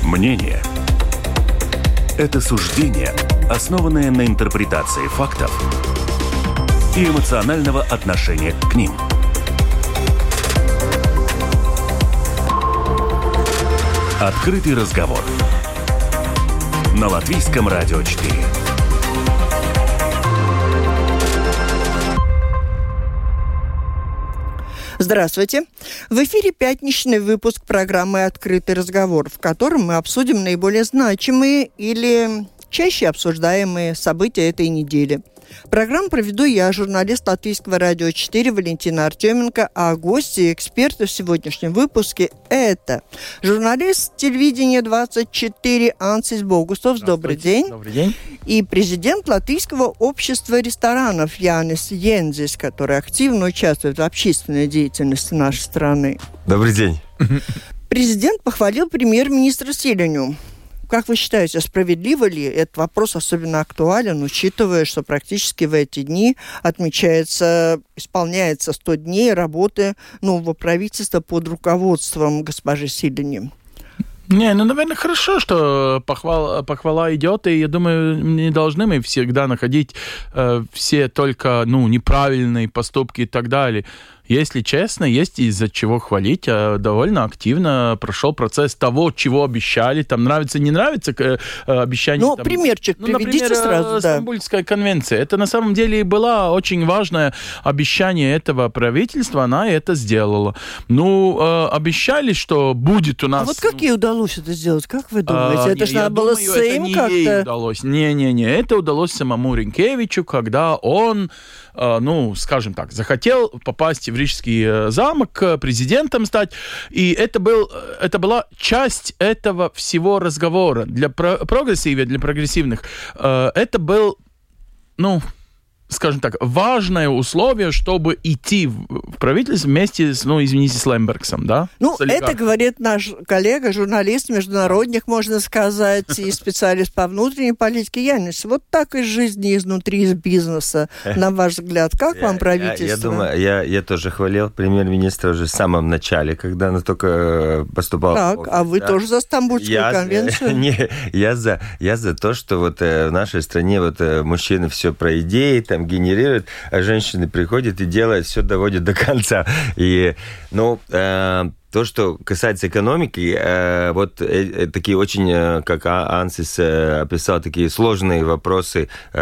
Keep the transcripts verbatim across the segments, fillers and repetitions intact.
Мнение – это суждение, основанное на интерпретации фактов и эмоционального отношения к ним. Открытый разговор на Латвийском радио четыре. Здравствуйте. В эфире пятничный выпуск программы «Открытый разговор», в котором мы обсудим наиболее значимые или чаще обсуждаемые события этой недели. Программу проведу я, журналист Латвийского радио четыре Валентина Артеменко, а гости и эксперты в сегодняшнем выпуске – это журналист телевидения двадцать четыре Ансис Богусовс. Добрый день. Добрый день. И президент Латвийского общества ресторанов Янис Йензис, который активно участвует в общественной деятельности нашей страны. Добрый день. Президент похвалил премьер-министра Силиню. Как вы считаете, справедливо ли этот вопрос особенно актуален, учитывая, что практически в эти дни отмечается, исполняется сто дней работы нового правительства под руководством госпожи Силини? Не, ну, наверное, хорошо, что похвала, похвала идет, и я думаю, не должны мы всегда находить э, все только, ну, неправильные поступки и так далее. Если честно, есть из-за чего хвалить. Довольно активно прошел процесс того, чего обещали. Там нравится, не нравится э, обещание. Ну, там, примерчик ну, приведите например, сразу, да. Стамбульская конвенция. Это на самом деле была очень важное обещание этого правительства. Она это сделала. Ну, э, обещали, что будет у нас... А вот как ей удалось это сделать? Как вы думаете? А, это же надо было думаю, Сейм это не как-то... ей удалось. Не-не-не, это удалось самому Ринкевичу, когда он, э, ну, скажем так, захотел попасть в Рижский замок, президентом стать. И это, был, это была часть этого всего разговора. Для прогрессивных, для прогрессивных это был, ну, скажем так, важное условие, чтобы идти в правительство вместе с, ну, извините, с Лембергсом, да? Ну, это говорит наш коллега, журналист, международник, можно сказать, и специалист по внутренней политике Янис. Вот так из жизни изнутри, из бизнеса, на ваш взгляд. Как вам правительство? Я, я думаю, я, я тоже хвалил премьер-министра уже в самом начале, когда она только поступала. Так, а вы да. тоже за Стамбульскую я, конвенцию? Не, я за, я за то, что вот в нашей стране вот мужчины все про идеи, там, генерируют, а женщины приходят и делают, все доводят до конца. И, ну, э, то, что касается экономики, э, вот э, такие очень, э, как Ансис э, описал, такие сложные вопросы э,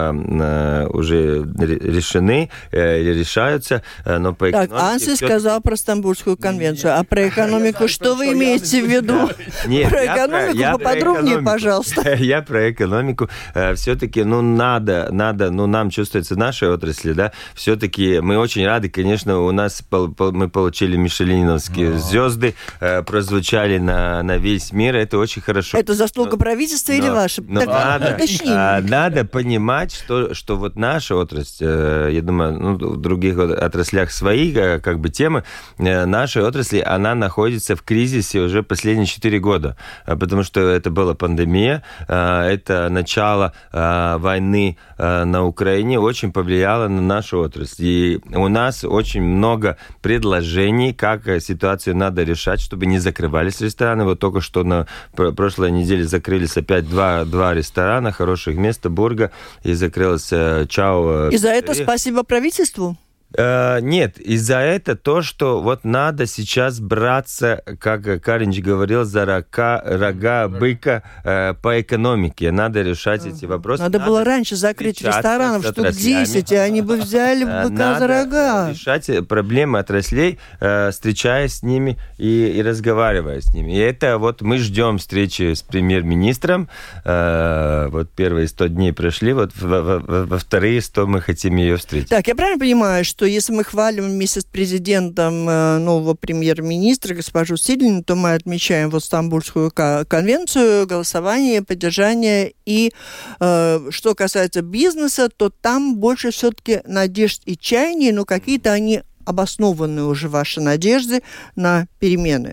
э, уже решены э, или решаются, э, но по экономике... Так, Ансис сказал про Стамбульскую конвенцию, а про экономику что вы имеете в виду? Нет, про экономику поподробнее, пожалуйста. Я про экономику. Все-таки, ну, надо, надо, ну, нам чувствуется в нашей отрасли, да, все-таки мы очень рады, конечно, у нас мы получили мишелиновские звезды, э, прозвучали на, на весь мир, это очень хорошо. Это заслуга но, правительства но, или ваша? Но так, надо, а, надо понимать, что, что вот наша отрасль, э, я думаю, ну, в других отраслях свои э, как бы темы, э, наша отрасль, она находится в кризисе уже последние четыре года, э, потому что это была пандемия, э, это начало э, войны э, на Украине очень повлияло на нашу отрасль. И у нас очень много предложений, как ситуацию надо решать, чтобы не закрывались рестораны. Вот только что на прошлой неделе закрылись опять два, два ресторана, хороших места, Бурга, и закрылось Чао. И за это спасибо правительству? Uh, нет, из-за этого то, что вот надо сейчас браться, как Каринч говорил, за рога, рога быка uh, по экономике. Надо решать uh-huh. эти вопросы. Надо, надо было раньше закрыть ресторанов штук десять, и они бы взяли быка надо за рога. Решать проблемы отраслей, uh, встречаясь с ними и, и разговаривая с ними. И это вот мы ждем встречи с премьер-министром. Uh, вот первые сто дней прошли, вот во, во, во вторые сто мы хотим ее встретить. Так, я правильно понимаю, что что если мы хвалим вместе с президентом э, нового премьер-министра госпожу Силину, то мы отмечаем вот Стамбульскую конвенцию, голосование, поддержание. И э, что касается бизнеса, то там больше все-таки надежд и чаяний, но какие-то они обоснованные уже, ваши надежды на перемены.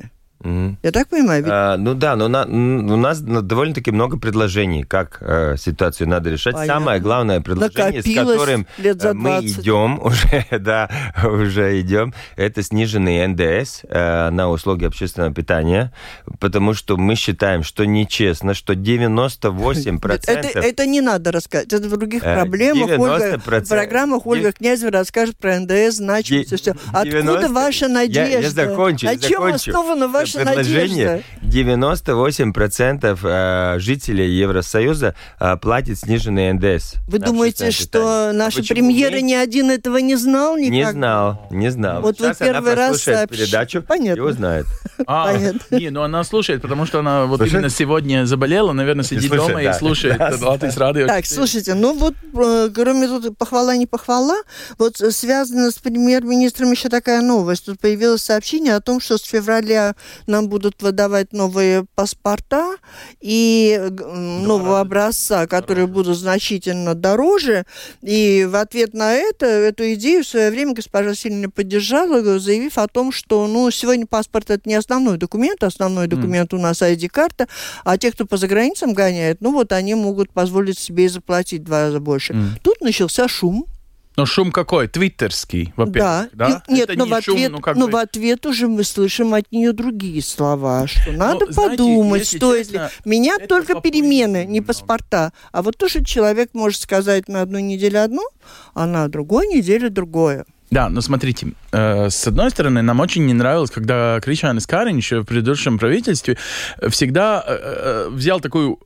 Mm-hmm. Я так понимаю? Ведь... А, ну да, но на, у нас довольно-таки много предложений, как э, ситуацию надо решать. Понятно. Самое главное предложение, Накопилось с которым лет за мы идем, уже, да, уже идем, это сниженный эн дэ эс э, на услуги общественного питания, потому что мы считаем, что нечестно, что девяносто восемь процентов... Это, это не надо рассказать. Это в других проблемах. Ольга, в программах Ольга Князева расскажет про эн дэ эс, значимость и все. Откуда ваша надежда? Я, я закончу, На я чем закончу. основана ваша надежда? девяносто восемь процентов э, жителей Евросоюза э, платят сниженный эн дэ эс. Вы думаете, что наши а премьеры мы... ни один этого не знал никак? Не знал, не знал. Вот Сейчас вы первый она раз сообщ... передачу Понятно. и узнает. А, Понятно. Не, ну она слушает, потому что она вот Слушает? именно сегодня заболела, наверное, сидит Слушает, дома да. и слушает Да, Латвийс радио. Так, слушайте, ну вот, э, кроме тут похвала, не похвала, вот э, связано с премьер-министром еще такая новость. Тут появилось сообщение о том, что с февраля нам будут выдавать новые паспорта и э, нового образца, которые будут значительно дороже. И в ответ на это, эту идею в свое время госпожа сильно поддержала, заявив о том, что ну, сегодня паспорт это не основной документ, основной документ mm. у нас ай ди-карта, а те, кто по заграницам гоняет, ну вот они могут позволить себе и заплатить в два раза больше. Mm. Тут начался шум. Но шум какой? Твиттерский, во-первых, да? да? И, нет, это но, не в ответ, шум, ну, как но бы... в ответ уже мы слышим от нее другие слова, что надо ну, знаете, подумать, стоит честно, ли. Меня только популизм, перемены, не но... паспорта. А вот то, что человек может сказать на одну неделю одно, а на другой неделе другое. Да, но смотрите, э, с одной стороны, нам очень не нравилось, когда Кришьянис Кариньш в предыдущем правительстве всегда э, э, взял такую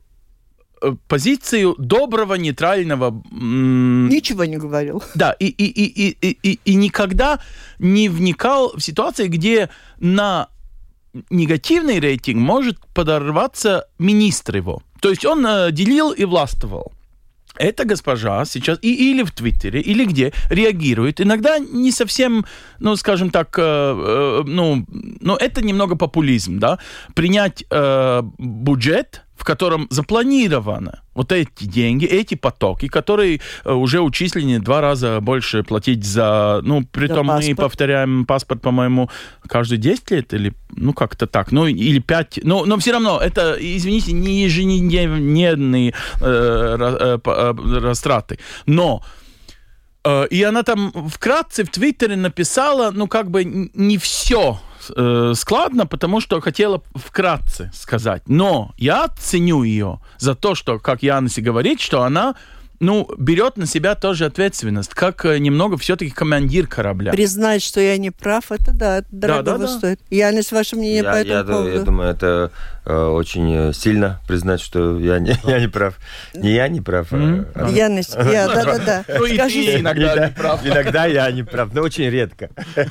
позицию доброго, нейтрального... М- Ничего не говорил. Да, и, и, и, и, и, и никогда не вникал в ситуации, где на негативный рейтинг может подорваться министр его. То есть он э, делил и властвовал. Эта госпожа сейчас и, или в Твиттере, или где реагирует. Иногда не совсем, ну, скажем так, э, э, ну, ну, это немного популизм, да, принять э, бюджет, в котором запланировано вот эти деньги, эти потоки, которые уже учислены два раза больше платить за... Ну, притом мы повторяем паспорт, по-моему, каждые десять лет или, ну, как-то так, ну, или пять. Но, но все равно это, извините, не еженедельные э, растраты. Но и она там вкратце в Твиттере написала, ну, как бы не все э, складно, потому что хотела вкратце сказать. Но я ценю ее за то, что, как Янис и говорит, что она, ну, берет на себя тоже ответственность, как немного все-таки командир корабля. Признать, что я не прав, это да, это дорого да, да, стоит. Да. Янис, ваше мнение я, по этому я, поводу? Я думаю, это э, очень сильно признать, что я не, я не прав. Не я не прав. Mm-hmm. а... Янис, я, да-да-да. Ну и ты иногда не прав. Иногда я не прав, но очень редко.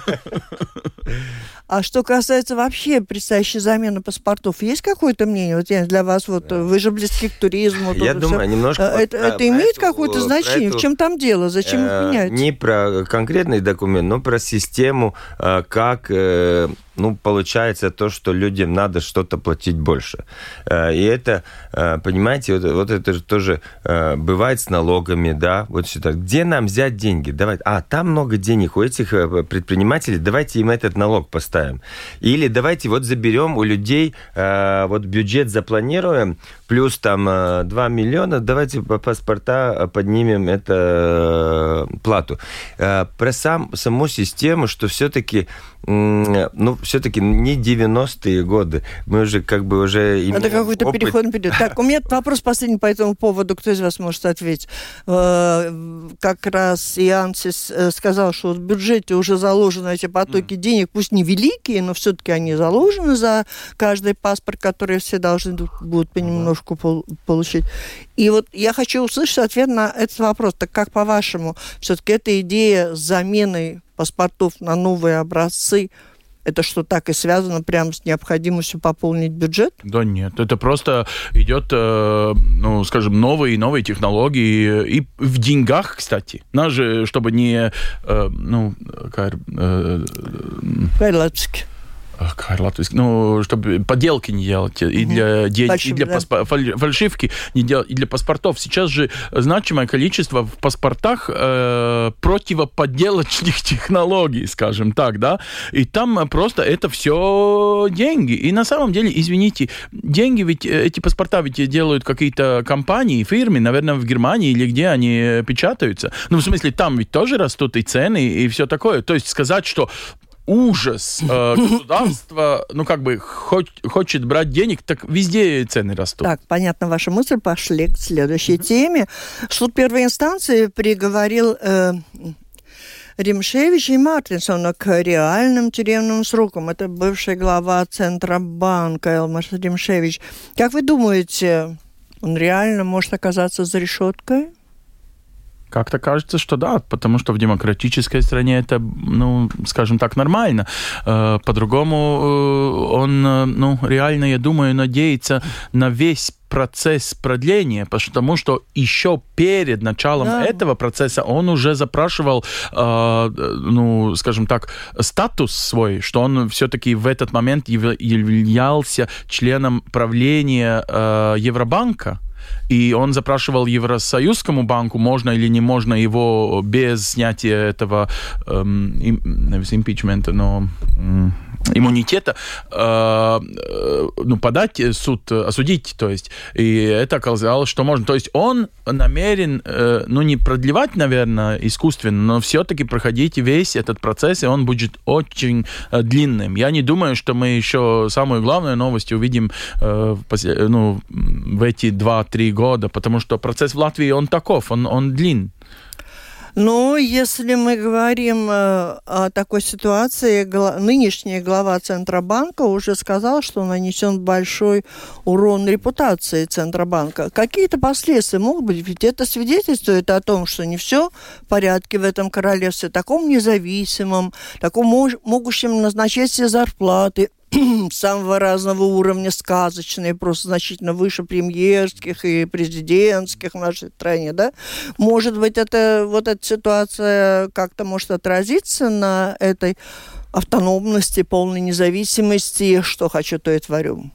А что касается вообще предстоящей замены паспортов, есть какое-то мнение? Вот для вас, вот вы же близки к туризму. Я думаю, все. немножко... Это, про, это про имеет эту, какое-то значение? Эту, в чем там дело? Зачем э, их менять? Не про конкретный документ, но про систему, э, как... Э, ну, получается то, что людям надо что-то платить больше. И это, понимаете, вот, вот это же тоже бывает с налогами, да, вот что-то. Где нам взять деньги? Давайте. А, там много денег у этих предпринимателей, давайте им этот налог поставим. Или давайте вот заберем у людей, вот бюджет запланируем, плюс там два миллиона, давайте по паспорта поднимем эту плату. Про сам, саму систему, что все-таки, ну, все-таки не девяностые годы. Мы уже как бы уже имеем Это какой-то опыт. переходный период. Так, у меня вопрос последний по этому поводу. Кто из вас может ответить? Как раз Янсис сказал, что в бюджете уже заложены эти потоки mm. денег, пусть не великие, но все-таки они заложены за каждый паспорт, который все должны будут понемножку mm. получить. И вот я хочу услышать ответ на этот вопрос. Так как, по-вашему, все-таки эта идея с заменой паспортов на новые образцы, это что, так и связано прямо с необходимостью пополнить бюджет? Да нет, это просто идет, э, ну, скажем, новые и новые технологии. И в деньгах, кстати. Нас же, чтобы не... Э, ну, как... Э, Кайлапски. как латвийский, ну, чтобы подделки не делать, и для денег, Фальшив, и для да. паспо- фаль- фальшивки не делать, и для паспортов. Сейчас же значимое количество в паспортах э, противоподделочных технологий, скажем так, да, и там просто это все деньги. И на самом деле, извините, деньги ведь, эти паспорта ведь делают какие-то компании, фирмы, наверное, в Германии или где они печатаются. Ну, в смысле, там ведь тоже растут и цены, и все такое. То есть сказать, что ужас. Э, государство, ну, как бы, хоч, хочет брать денег, так везде цены растут. Так, понятно, ваша мысль. Пошли к следующей mm-hmm. теме. Суд первой инстанции приговорил э, Римшевича и Мартинсона к реальным тюремным срокам. Это бывший глава Центробанка Элмар Римшевич. Как вы думаете, он реально может оказаться за решеткой? Как-то кажется, что да, потому что в демократической стране это, ну, скажем так, нормально. По-другому он, ну, реально, я думаю, надеется на весь процесс продления, потому что еще перед началом да. этого процесса он уже запрашивал, э, ну, скажем так, статус свой, что он все-таки в этот момент являлся членом правления э, Евробанка. И он запрашивал Евросоюзскому банку, можно или не можно его без снятия этого эм, импичмента, но эм, иммунитета э, э, ну, подать суд, осудить, то есть. И это оказалось, что можно. То есть он намерен, э, ну, не продлевать, наверное, искусственно, но все-таки проходить весь этот процесс, и он будет очень э, длинным. Я не думаю, что мы еще самую главную новость увидим э, в, ну, в эти два-три года, потому что процесс в Латвии, он таков, он, он длинный. Ну, если мы говорим э, о такой ситуации, гла- нынешний глава Центробанка уже сказал, что нанесен большой урон репутации Центробанка. Какие-то последствия могут быть? Ведь это свидетельствует о том, что не все в порядке в этом королевстве, таком независимом, таком мож- могущем назначать все зарплаты, самого разного уровня, сказочные, просто значительно выше премьерских и президентских в нашей стране, да? Может быть, это, вот эта ситуация как-то может отразиться на этой автономности, полной независимости, что хочу, то и творю.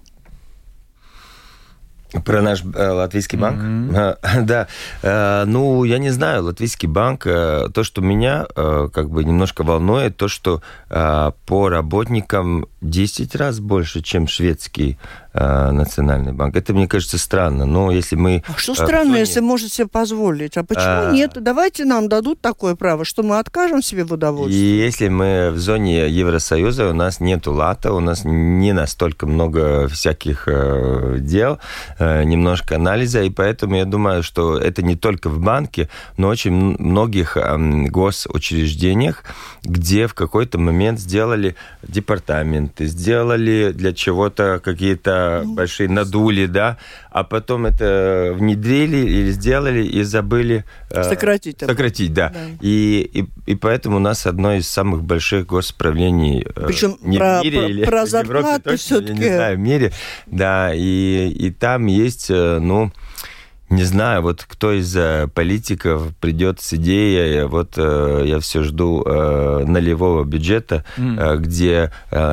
Про наш э, латвийский банк? Mm-hmm. Да. Э, ну, я не знаю, латвийский банк, э, то, что меня э, как бы немножко волнует, то, что э, по работникам десять раз больше, чем шведский э, национальный банк. Это, мне кажется, странно. Но если мы... А что странно, зоне... если может себе позволить? А почему а... нет? Давайте нам дадут такое право, что мы откажем себе в удовольствии. И если мы в зоне Евросоюза, у нас нету лата, у нас не настолько много всяких э, дел, немножко анализа, и поэтому я думаю, что это не только в банке, но очень многих э, госучреждениях, где в какой-то момент сделали департаменты, сделали для чего-то какие-то ну, большие надули, да, а потом это внедрили или сделали и забыли э, сократить. Сократить, да. да. И, и, и поэтому у нас одно из самых больших госправлений э, Причем не про, в мире про, или про в Европе точно, все-таки... я не знаю, в мире, да, и, и там есть, ну, не знаю, вот кто из политиков придет с идеей, вот я все жду нулевого бюджета, mm. где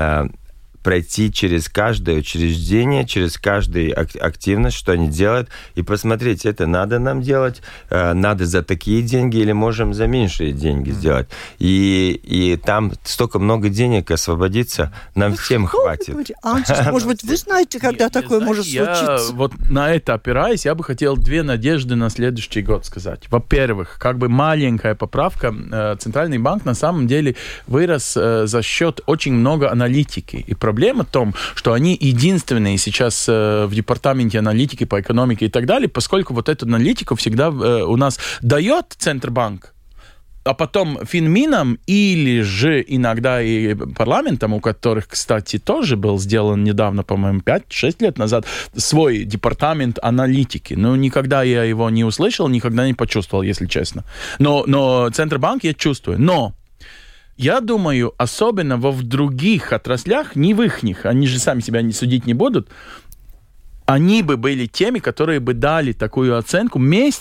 пройти через каждое учреждение, через каждую активность, что они делают, и посмотреть, это надо нам делать, надо за такие деньги или можем за меньшие деньги mm. сделать. И, и там столько много денег освободится, нам всем что хватит. Антис, может быть, вы знаете, когда Нет, такое может я, случиться? Вот на это опираясь, я бы хотел две надежды на следующий год сказать. Во-первых, как бы маленькая поправка. Центральный банк на самом деле вырос за счет очень много аналитики. И проблема в том, что они единственные сейчас в департаменте аналитики по экономике и так далее, поскольку вот эту аналитику всегда у нас дает Центробанк, а потом Финминам или же иногда и парламентам, у которых, кстати, тоже был сделан недавно, по-моему, пять-шесть лет назад, свой департамент аналитики. Ну, никогда я его не услышал, никогда не почувствовал, если честно. Но, но Центробанк я чувствую. Но я думаю, особенно во в других отраслях, не в ихних, они же сами себя не судить не будут, они бы были теми, которые бы дали такую оценку вместе.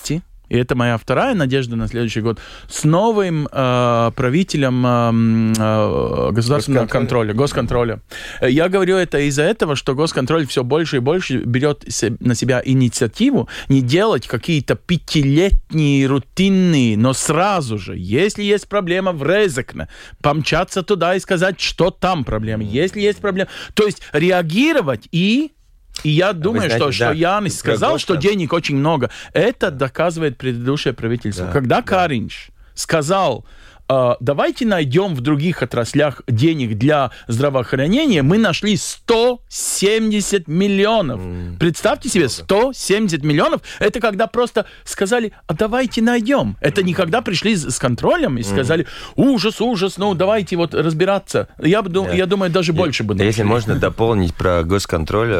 и это моя вторая надежда на следующий год, с новым э, правителем э, э, государственного контроля, госконтроля. Я говорю это из-за этого, что госконтроль все больше и больше берет на себя инициативу не делать какие-то пятилетние, рутинные, но сразу же, если есть проблема в Резекне, помчаться туда и сказать, что там проблема, если есть проблема. То есть реагировать и... И я думаю, знаете, что, да, что Янис сказал, что денег очень много. Это доказывает предыдущее правительство. Да, Когда да. Каринш сказал, э, давайте найдем в других отраслях денег для здравоохранения, мы нашли сто семьдесят миллионов. Mm. Представьте себе, сто семьдесят миллионов. Это когда просто сказали, а давайте найдем. Это не когда пришли с контролем и сказали, ужас, ужас, ну давайте вот разбираться. Я, yeah. я думаю, даже yeah. больше бы нашли. Если можно дополнить про госконтроль,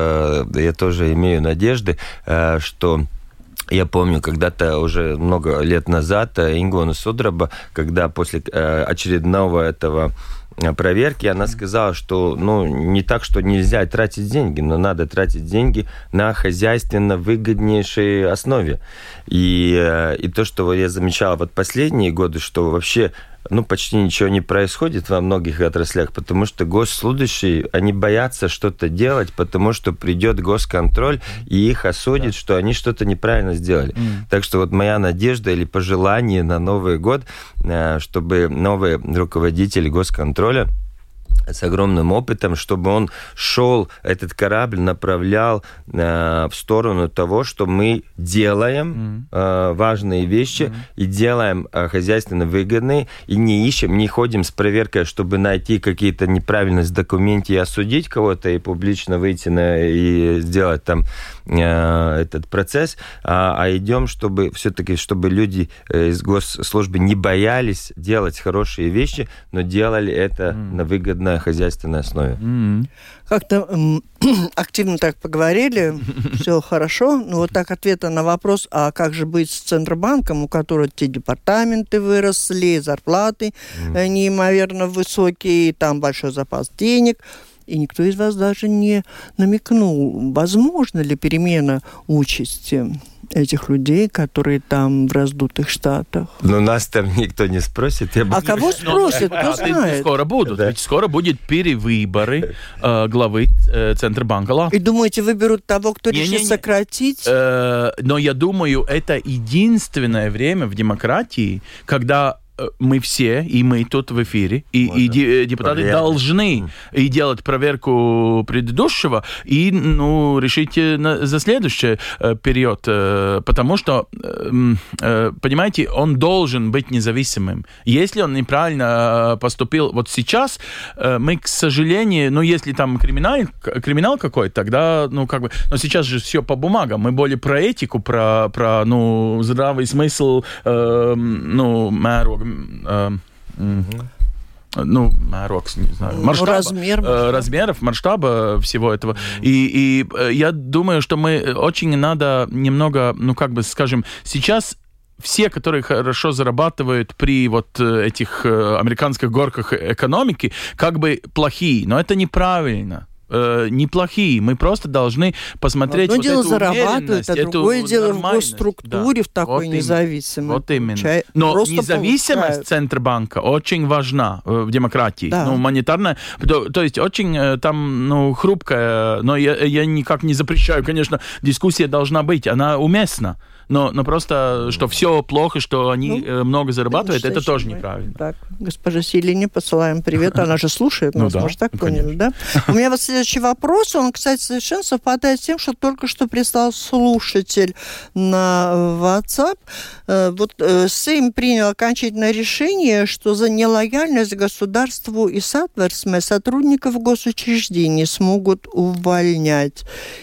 я тоже имею надежды, что... Я помню, когда-то уже много лет назад Ингона Судраба, когда после очередного этого проверки, она сказала, что ну, не так, что нельзя тратить деньги, но надо тратить деньги на хозяйственно выгоднейшей основе. И, и то, что я замечал вот последние годы, что вообще ну, почти ничего не происходит во многих отраслях, потому что госслужащие, они боятся что-то делать, потому что придет госконтроль и их осудит, да. что они что-то неправильно сделали. Mm. Так что вот моя надежда или пожелание на Новый год, чтобы новый руководитель госконтроля с огромным опытом, чтобы он шел, этот корабль направлял э, в сторону того, что мы делаем э, важные вещи mm-hmm. и делаем э, хозяйственно выгодные, и не ищем, не ходим с проверкой, чтобы найти какие-то неправильности в документе и осудить кого-то, и публично выйти на, и сделать там э, этот процесс, а, а идем, чтобы все-таки, чтобы люди э, из госслужбы не боялись делать хорошие вещи, но делали это mm-hmm. на выгодное хозяйственной основе. Mm-hmm. Как-то м- активно так поговорили, все хорошо, но вот так ответа на вопрос, а как же быть с Центробанком, у которого те департаменты выросли, зарплаты mm-hmm. неимоверно высокие, там большой запас денег, и никто из вас даже не намекнул, возможно ли перемена участи этих людей, которые там в раздутых штатах. Но нас там никто не спросит. Я а кого спросит? Кто знает? Скоро будут. Да. Ведь скоро будет перевыборы э, главы э, Центробанка Латвии. И думаете, выберут того, кто не, решит не, не. сократить? Э, но я думаю, это единственное время в демократии, когда мы все, и мы тут в эфире, и, и депутаты Проверка. должны mm. и делать проверку предыдущего и ну, решить на, за следующий э, период, э, потому что, э, э, понимаете, он должен быть независимым. Если он неправильно поступил вот сейчас, э, мы, к сожалению, ну, если там криминал, криминал какой-то, тогда, ну, как бы, но сейчас же все по бумагам, мы более про этику, про, про ну, здравый смысл, э, ну, мэру, Э, mm-hmm. ну, рокс, не знаю, масштаба, размер, э, размеров, масштаба всего этого. Mm-hmm. И, и я думаю, что мы очень надо немного, ну, как бы, скажем, сейчас все, которые хорошо зарабатывают при вот этих американских горках экономики, как бы плохие, но это неправильно. Э, неплохие. Мы просто должны посмотреть одно вот дело эту зарабатывать, а другое дело в госструктуре, да. в такой вот независимой. Вот именно. Чай... Но просто независимость получают. Центробанка очень важна в демократии. Да. Ну, монетарная. То, то есть очень там ну, хрупкая, но я, я никак не запрещаю, конечно, дискуссия должна быть, она уместна. Но, но просто, что все плохо, что они ну, много зарабатывают, это тоже неправильно. Так, госпожа Селине посылаем привет, она же слушает нас, ну, да, может, так ну, поняли, да? У меня вот следующий вопрос, он, кстати, совершенно совпадает с тем, что только что прислал слушатель на WhatsApp. Вот Сейм принял окончательное решение, что за нелояльность государству и Сатверсме сотрудников госучреждений смогут увольнять.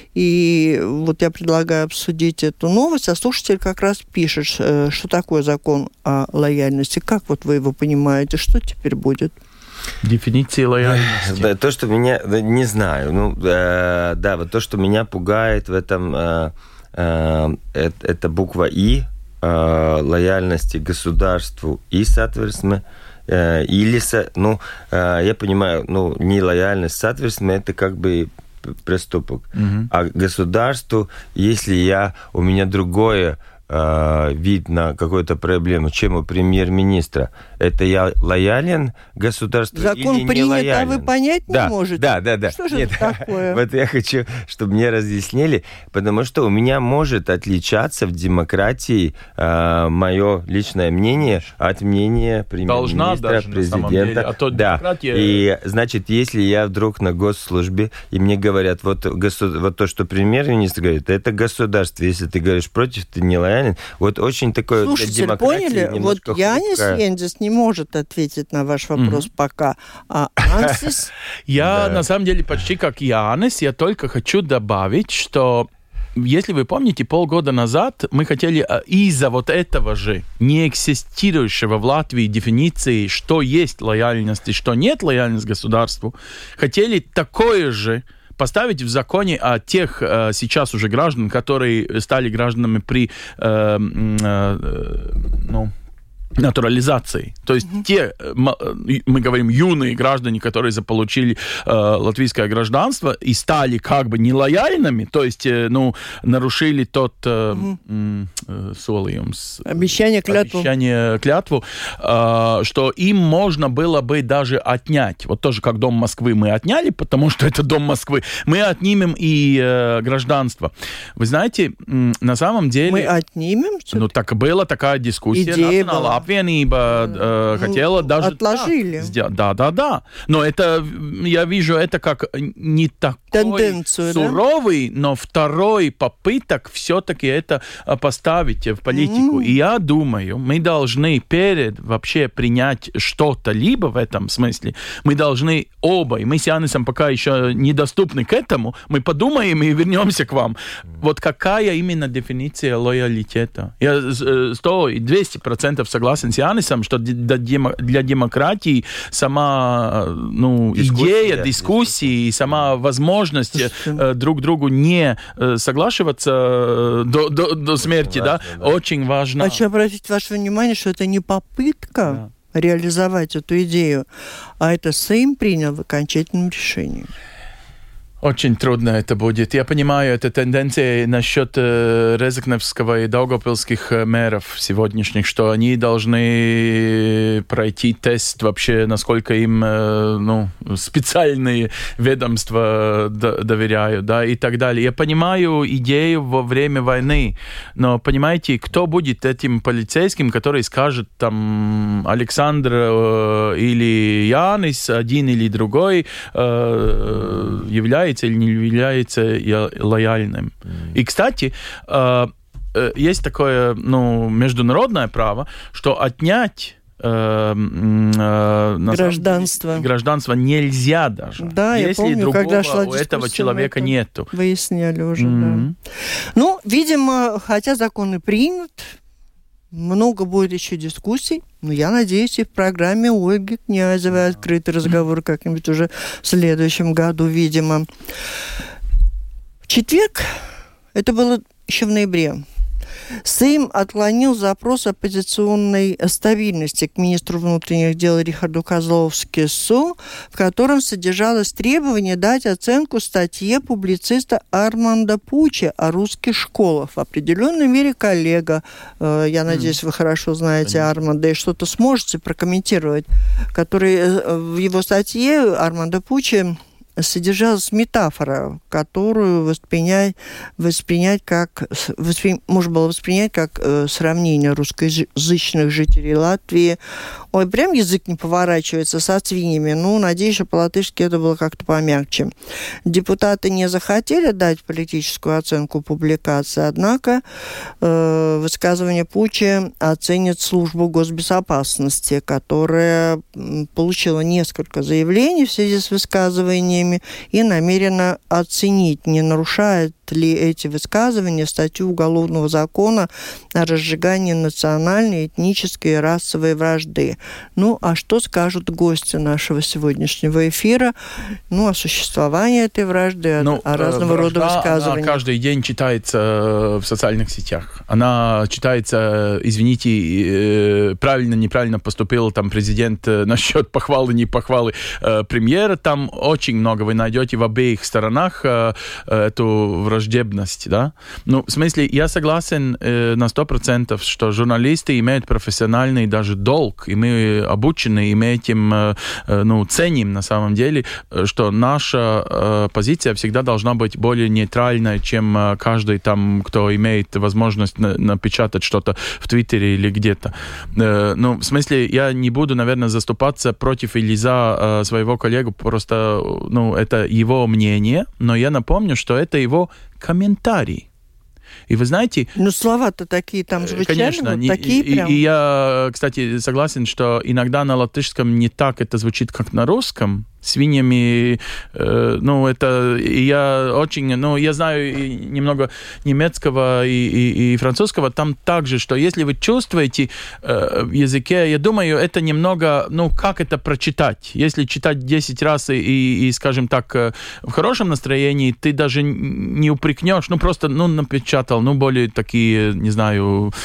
И вот я предлагаю обсудить эту новость, а слушатель как раз пишет, что такое закон о лояльности. Как вот вы его понимаете? Что теперь будет? Дефиниция лояльности. Да, то, что меня... Да, не знаю. Ну, э, да, вот то, что меня пугает в этом... Э, э, это, это буква «И», э, лояльности государству и, соответственно, э, или... Ну, э, я понимаю, ну, нелояльность, соответственно, это как бы... преступок. Uh-huh. А государству, если я, у меня другое э, вид на какую-то проблему, чем у премьер-министра. Это я лоялен государству Закон или принят, не лоялен? а вы понять да, не можете? Да, да, да. Что же Нет, это такое? Вот я хочу, чтобы мне разъяснили, потому что у меня может отличаться в демократии э, мое личное мнение от мнения премьер-министра, президента. А то да. демократия... И, значит, если я вдруг на госслужбе, и мне говорят, вот, госу... вот то, что премьер-министр говорит, это государство. Если ты говоришь против, ты не лоялен. Вот очень такое... Слушайте, поняли? Вот Янис Ендис не может ответить на ваш вопрос mm-hmm. пока. А Ансис... Я, на самом деле, почти как Янис. Я только хочу добавить, что если вы помните, полгода назад мы хотели из-за вот этого же неэкзистирующего в Латвии дефиниции, что есть лояльность и что нет лояльность государству, хотели такое же поставить в законе о тех э, сейчас уже граждан, которые стали гражданами при э, э, ну, натурализации. То есть mm-hmm. те, мы говорим, юные граждане, которые заполучили э, латвийское гражданство и стали как бы нелояльными, то есть, э, ну, нарушили тот э, mm-hmm. э, солиумс, обещание клятву, обещание, клятву э, что им можно было бы даже отнять. Вот тоже как Дом Москвы мы отняли, потому что это Дом Москвы. Мы отнимем и э, гражданство. Вы знаете, на самом деле... Мы отнимем? Ну, так была такая дискуссия. Идея была. Апвенība э, хотела ну, даже... Отложили. Так, да, да, да. Но это, я вижу, это как не такой тенденцию, суровый, да? Но второй попыток все-таки это поставить в политику. Mm-hmm. И я думаю, мы должны перед вообще принять что-то либо в этом смысле, мы должны оба, и мы с Янисом пока еще недоступны к этому, мы подумаем и вернемся к вам. Mm-hmm. Вот какая именно дефиниция лоялитета? Я сто и двести процентов согласен с Янисом, что для демократии сама ну, идея дискуссии и сама возможность э, друг другу не э, соглашиваться до, до, до смерти, очень да, важно, да, очень важна. Хочу обратить ваше внимание, что это не попытка да. реализовать эту идею, а это Сейм принял в окончательном решении. Очень трудно это будет. Я понимаю, это тенденция насчет э, Резекневского и Даугавпилских мэров сегодняшних, что они должны пройти тест вообще, насколько им э, ну, специальные ведомства д- доверяют, да, и так далее. Я понимаю идею во время войны, но понимаете, кто будет этим полицейским, который скажет, там, Александр э, или Янис, один или другой, э, является или не является лояльным. Mm. И, кстати, э, э, есть такое ну, международное право, что отнять э, э, гражданство. Деле, гражданство нельзя даже. Да, если я помню, другого когда шла у этого человека нету. Выясняли уже, mm-hmm. да. Ну, видимо, хотя закон и принят, много будет еще дискуссий, но я надеюсь, и в программе Ольги Князевой «Открытый разговор» как-нибудь уже в следующем году, видимо. В четверг, это было еще в ноябре, Сейм отклонил запрос оппозиционной стабильности к министру внутренних дел Рихарду Козловскису, в котором содержалось требование дать оценку статье публициста Арманда Пучи о русских школах. В определенной мере коллега, э, я надеюсь, вы хорошо знаете Конечно. Арманда, и что-то сможете прокомментировать, который э, в его статье Арманда Пучи содержалась метафора, которую воспринять, воспринять как, воспри, можно было воспринять как э, сравнение русскоязычных жителей Латвии. Ой, прям язык не поворачивается со свиньями. Ну, надеюсь, что по-латышски это было как-то помягче. Депутаты не захотели дать политическую оценку публикации, однако э, высказывание Пучи оценит службу госбезопасности, которая получила несколько заявлений в связи с высказываниями и намерена оценить, не нарушает ли эти высказывания статью Уголовного закона о разжигании национальной, этнической и расовой вражды. Ну, а что скажут гости нашего сегодняшнего эфира? Ну, о существовании этой вражды, ну, о, о разного рода высказываниях. Она каждый день читается в социальных сетях. Она читается, извините, правильно, неправильно поступил там президент насчет похвалы, не похвалы премьера. Там очень много вы найдете в обеих сторонах эту вражду враждебность, да. Ну, в смысле, я согласен э, на сто процентов, что журналисты имеют профессиональный даже долг, и мы обучены, и мы этим, э, ну, ценим на самом деле, что наша э, позиция всегда должна быть более нейтральной, чем э, каждый там, кто имеет возможность на- напечатать что-то в Твиттере или где-то. Э, ну, в смысле, я не буду, наверное, заступаться против или за э, своего коллегу, просто, ну, это его мнение, но я напомню, что это его комментарий. И вы знаете... Ну, слова-то такие там звучали, конечно, вот не, такие и, прям. И я, кстати, согласен, что иногда на латышском не так это звучит, как на русском. Свиньями, э, ну, это... И я очень... Ну, я знаю и немного немецкого и, и, и французского. Там также, что если вы чувствуете э, в языке, я думаю, это немного... Ну, как это прочитать? Если читать десять раз и, и, и скажем так, э, в хорошем настроении, ты даже не упрекнешь, ну, просто, ну, напечатал, ну, более такие, не знаю,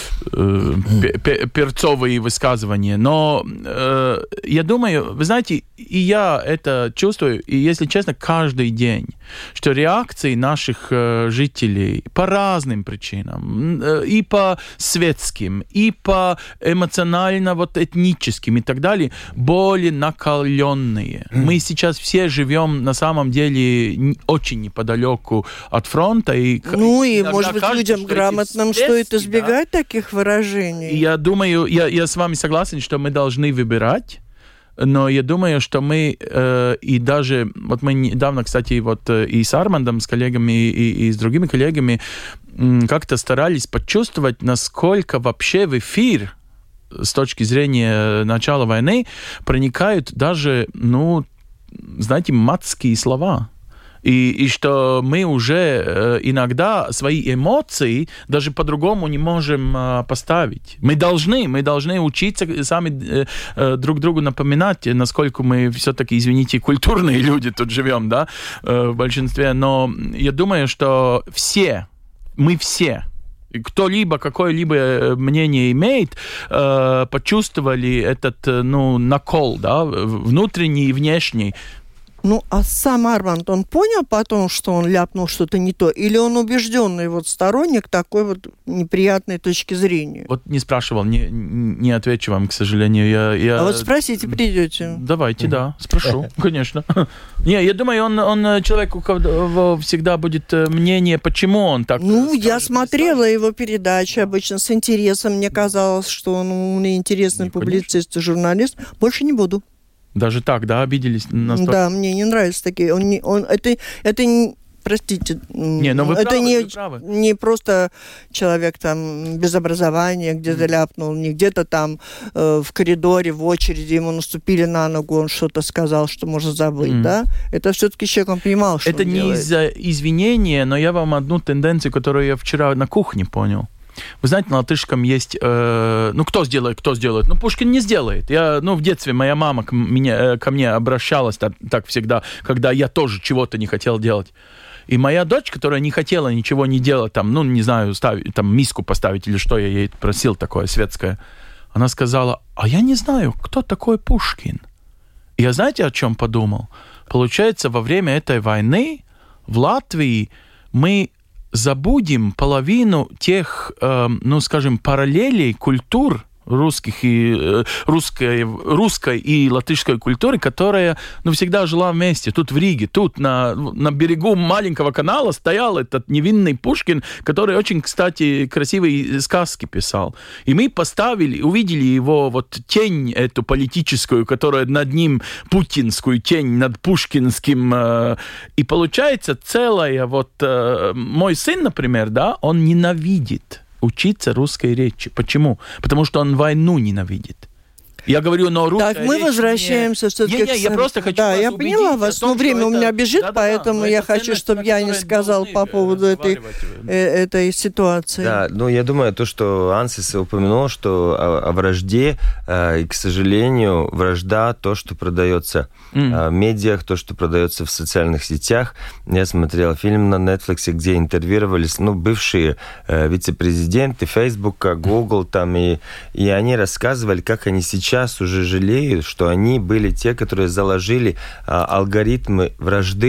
э, перцовые высказывания. Но э, я думаю, вы знаете, и я это чувствую, и, если честно, каждый день, что реакции наших э, жителей по разным причинам, э, и по светским, и по эмоционально вот этническим и так далее, более накаленные. Mm. Мы сейчас все живем на самом деле очень неподалеку от фронта. И, ну и, и может быть, кажется, людям что грамотным стоит избегать, да, таких выражений. И я думаю, я, я с вами согласен, что мы должны выбирать. Но я думаю, что мы э, и даже... Вот мы недавно, кстати, вот э, и с Армандом, с коллегами, и, и с другими коллегами э, как-то старались почувствовать, насколько вообще в эфир с точки зрения начала войны проникают даже, ну, знаете, матские слова. И, и что мы уже э, иногда свои эмоции даже по-другому не можем э, поставить. Мы должны, мы должны учиться сами э, э, друг другу напоминать, насколько мы все-таки, извините, культурные люди тут живем, да, э, в большинстве. Но я думаю, что все, мы все, кто-либо, какое-либо мнение имеет, э, почувствовали этот, ну, накол, да, внутренний и внешний. Ну, а сам Арманд, он понял потом, что он ляпнул что-то не то? Или он убежденный вот сторонник такой вот неприятной точки зрения? Вот не спрашивал, не, не отвечу вам, к сожалению. Я, я... А вот спросите, придете. Давайте, да, спрошу, конечно. Не, я думаю, он, он человек, у кого всегда будет мнение, почему он так... Ну, я смотрела его передачи обычно с интересом. Мне казалось, что он умный, интересный публицист и журналист. Больше не буду. Даже так, да, обиделись настолько? Да, мне не нравятся такие. Он не, он, это, это не, простите, не, но вы это правы, не, вы правы. не просто человек там без образования где-то mm. ляпнул, не где-то там э, в коридоре, в очереди ему наступили на ногу, он что-то сказал, что можно забыть, mm. да? Это все-таки человек, он понимал, что это он не делает. из-за извинения, но я вам одну тенденцию, которую я вчера на кухне понял. Вы знаете, на латышском есть... Э, ну, кто сделает, кто сделает? Ну, Пушкин не сделает. Я, ну, в детстве моя мама к, меня, ко мне обращалась так, так всегда, когда я тоже чего-то не хотел делать. И моя дочь, которая не хотела ничего не делать, там, ну, не знаю, ставить, там, миску поставить или что я ей просил такое светское, она сказала, а я не знаю, кто такой Пушкин. И я, знаете, о чем подумал? Получается, во время этой войны в Латвии мы... забудем половину тех, э, ну, скажем, параллелей культур русских и э, русской, русской и латышской культуры, которая, ну, всегда жила вместе. Тут в Риге, тут на, на берегу маленького канала стоял этот невинный Пушкин, который очень, кстати, красивые сказки писал. И мы поставили, увидели его вот тень эту политическую, которая над ним, путинскую тень над пушкинским. Э, и получается целая вот... Э, мой сын, например, да, он ненавидит учиться русской речи. Почему? Потому что он войну ненавидит. Я говорю, но русская Так, мы речь возвращаемся не... все-таки... Не, не, я просто хочу Да, вас я поняла вас, том, но время у меня это... бежит, да, поэтому да, я хочу, чтобы я не сказал по поводу этой, э, этой ситуации. Да, ну, я думаю, то, что Ансис упомянул, что о, о вражде, э, и, к сожалению, вражда, то, что продается mm. э, в медиах, то, что продается в социальных сетях. Я смотрел фильм на Netflix, где интервьюировались, ну, бывшие э, вице-президенты Фейсбука, Google, там, и, и они рассказывали, как они сейчас уже жалеют, что они были те, которые заложили а, алгоритмы вражды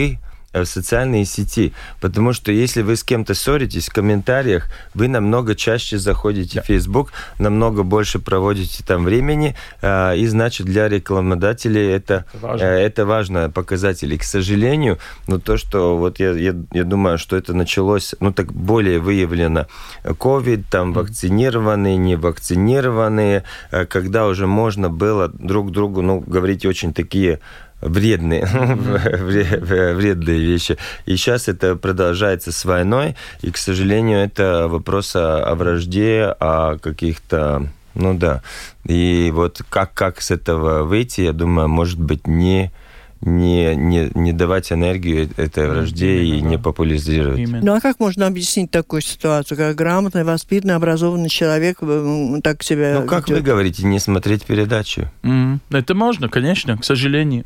в социальные сети. Потому что если вы с кем-то ссоритесь в комментариях, вы намного чаще заходите да. в Facebook, намного больше проводите там времени, и, значит, для рекламодателей это, это, важно. это важный показатель. И, к сожалению, ну, то, что вот я, я, я думаю, что это началось, ну, так более выявлено ковид, там, вакцинированные, невакцинированные, когда уже можно было друг другу, ну, говорить очень такие вредные, вредные вещи. И сейчас это продолжается с войной, и, к сожалению, это вопрос о, о вражде, о каких-то, ну да. И вот как, как с этого выйти, я думаю, может быть, не... Не, не, не давать энергию этой вражде Именно, и да. не популяризировать. Именно. Ну а как можно объяснить такую ситуацию, как грамотный, воспитанный, образованный человек так себя Ну как ведет? Вы говорите, не смотреть передачу? Mm. Это можно, конечно, к сожалению.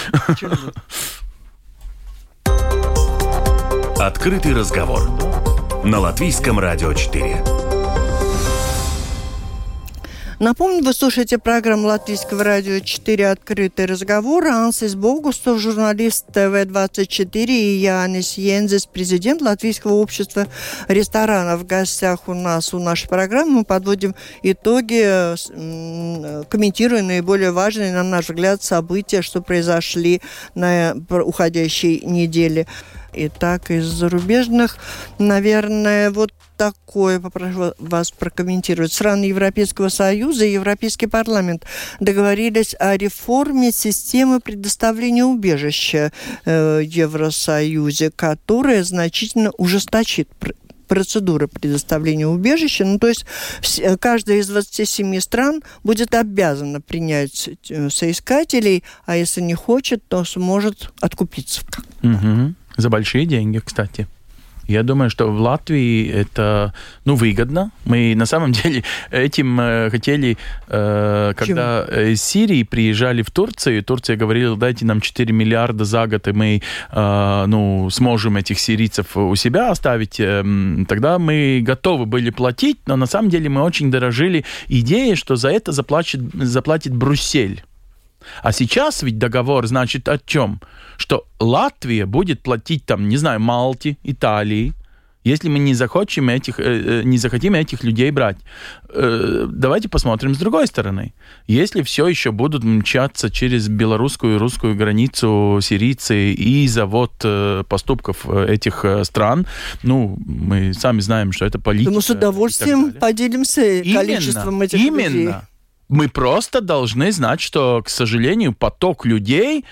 Открытый разговор на Латвийском радио четыре. Напомню, вы слушаете программу Латвийского радио четыре «Открытый разговор». Ансис Богустов, журналист тэ вэ двадцать четыре, и Янис Йензис, президент Латвийского общества ресторанов. В гостях у нас у нашей программы. Мы подводим итоги, комментируя наиболее важные, на наш взгляд, события, что произошли на уходящей неделе. Итак, из зарубежных, наверное, вот такое попрошу вас прокомментировать. Страны Европейского Союза и Европейский парламент договорились о реформе системы предоставления убежища э, в Евросоюзе, которая значительно ужесточит пр- процедуры предоставления убежища. Ну, то есть каждая из двадцати семи стран будет обязана принять соискателей, а если не хочет, то сможет откупиться. Угу. За большие деньги, кстати. Я думаю, что в Латвии это, ну, выгодно. Мы на самом деле этим э, хотели, э, когда из Сирии приезжали в Турцию, Турция говорила, дайте нам четыре миллиарда за год, и мы э, ну, сможем этих сирийцев у себя оставить. Э, тогда мы готовы были платить, но на самом деле мы очень дорожили идеей, что за это заплатит, заплатит Брюссель. А сейчас ведь договор значит о чем? Что Латвия будет платить там, не знаю, Мальте, Италии, если мы не захотим этих, э, не захотим этих людей брать. Э, давайте посмотрим с другой стороны. Если все еще будут мчаться через белорусскую и русскую границу сирийцы из-за вот э, поступков этих э, стран, ну, мы сами знаем, что это политика. Мы с удовольствием поделимся именно, количеством этих именно. людей. Мы просто должны знать, что, к сожалению, поток людей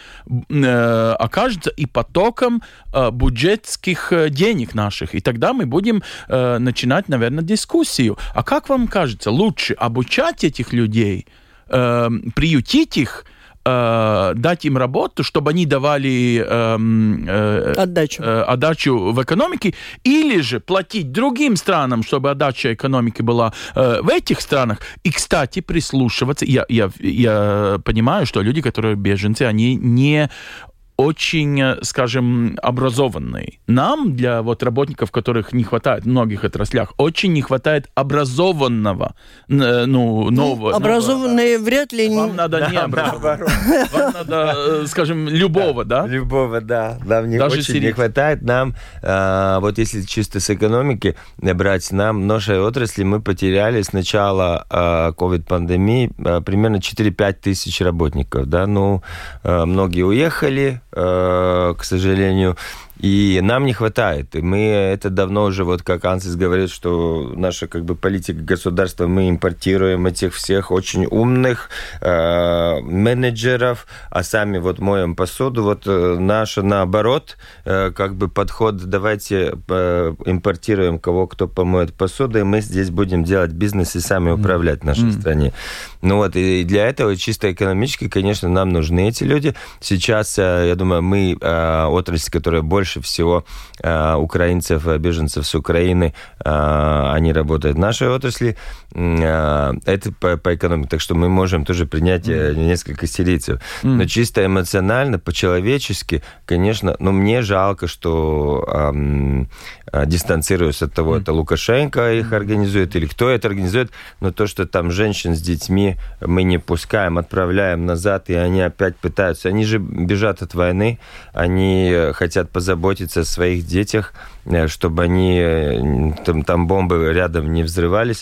э, окажется и потоком э, бюджетских э, денег наших. И тогда мы будем э, начинать, наверное, дискуссию. А как вам кажется, лучше обучать этих людей, э, приютить их, э, дать им работу, чтобы они давали э, э, отдачу. Э, отдачу в экономике, или же платить другим странам, чтобы отдача экономики была э, в этих странах. И, кстати, прислушиваться. Я, я, я понимаю, что люди, которые беженцы, они не очень, скажем, образованные. Нам, для вот работников, которых не хватает в многих отраслях, очень не хватает образованного, ну, нового. Образованные нового. Вряд ли... Вам надо не образованного. Вам надо, скажем, любого, да? Любого, да. Нам не Даже очень не хватает. Нам, а, вот если чисто с экономики брать, нам в нашей отрасли мы потеряли с начала а, ковид-пандемии а, примерно четыре-пять тысяч работников, да, ну, а, многие уехали, к сожалению, и нам не хватает. И мы это давно уже, вот как Ансис говорит, что наша как бы политика государства, мы импортируем этих всех очень умных э, менеджеров, а сами вот моем посуду. Вот э, наша наоборот, э, как бы подход, давайте э, импортируем кого, кто помоет посуду, и мы здесь будем делать бизнес и сами управлять нашей mm. стране. Ну вот, и для этого чисто экономически, конечно, нам нужны эти люди. Сейчас, э, я думаю, мы э, отрасль, которая больше Больше всего э, украинцев, беженцев с Украины, э, они работают в нашей отрасли. Э, это по, по экономике. Так что мы можем тоже принять э, несколько сирийцев. Mm. Но чисто эмоционально, по-человечески, конечно, ну, мне жалко, что э, э, дистанцируюсь от того, mm. это Лукашенко их организует или кто это организует, но то, что там женщин с детьми мы не пускаем, отправляем назад, и они опять пытаются. Они же бежат от войны, они хотят позаботиться заботиться о своих детях, чтобы они, там, там бомбы рядом не взрывались.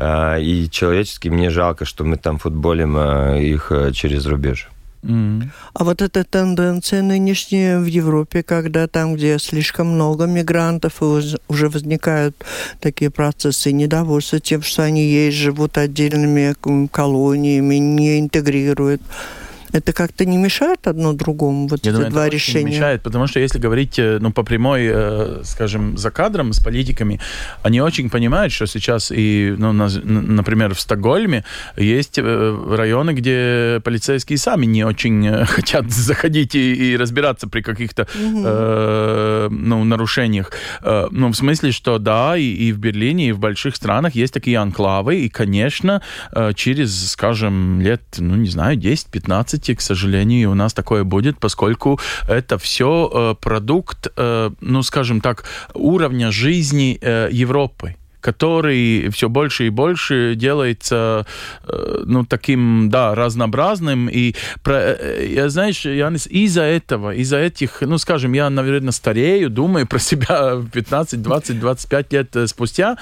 И человечески мне жалко, что мы там футболим их через рубеж. Mm. А вот эта тенденция нынешняя в Европе, когда там, где слишком много мигрантов, уже возникают такие процессы недовольства тем, что они есть, живут отдельными колониями, не интегрируют. Это как-то не мешает одно другому, вот Я эти думаю, два это решения? Не мешает, потому что если говорить, ну, по прямой, скажем, за кадром с политиками, они очень понимают, что сейчас и, ну, на, например, в Стокгольме есть районы, где полицейские сами не очень хотят заходить и, и разбираться при каких-то угу. э, ну, нарушениях. Э, ну, в смысле, что да, и, и в Берлине, и в больших странах есть такие анклавы, и, конечно, э, через, скажем, лет, ну, не знаю, десять-пятнадцать, к сожалению, у нас такое будет, поскольку это все э, продукт, э, ну, скажем так, уровня жизни э, Европы, который все больше и больше делается, э, ну, таким, да, разнообразным. И, про, я, знаешь, Янис, из-за этого, из-за этих, ну, скажем, я, наверное, старею, думаю про себя пятнадцать, двадцать, двадцать пять лет спустя,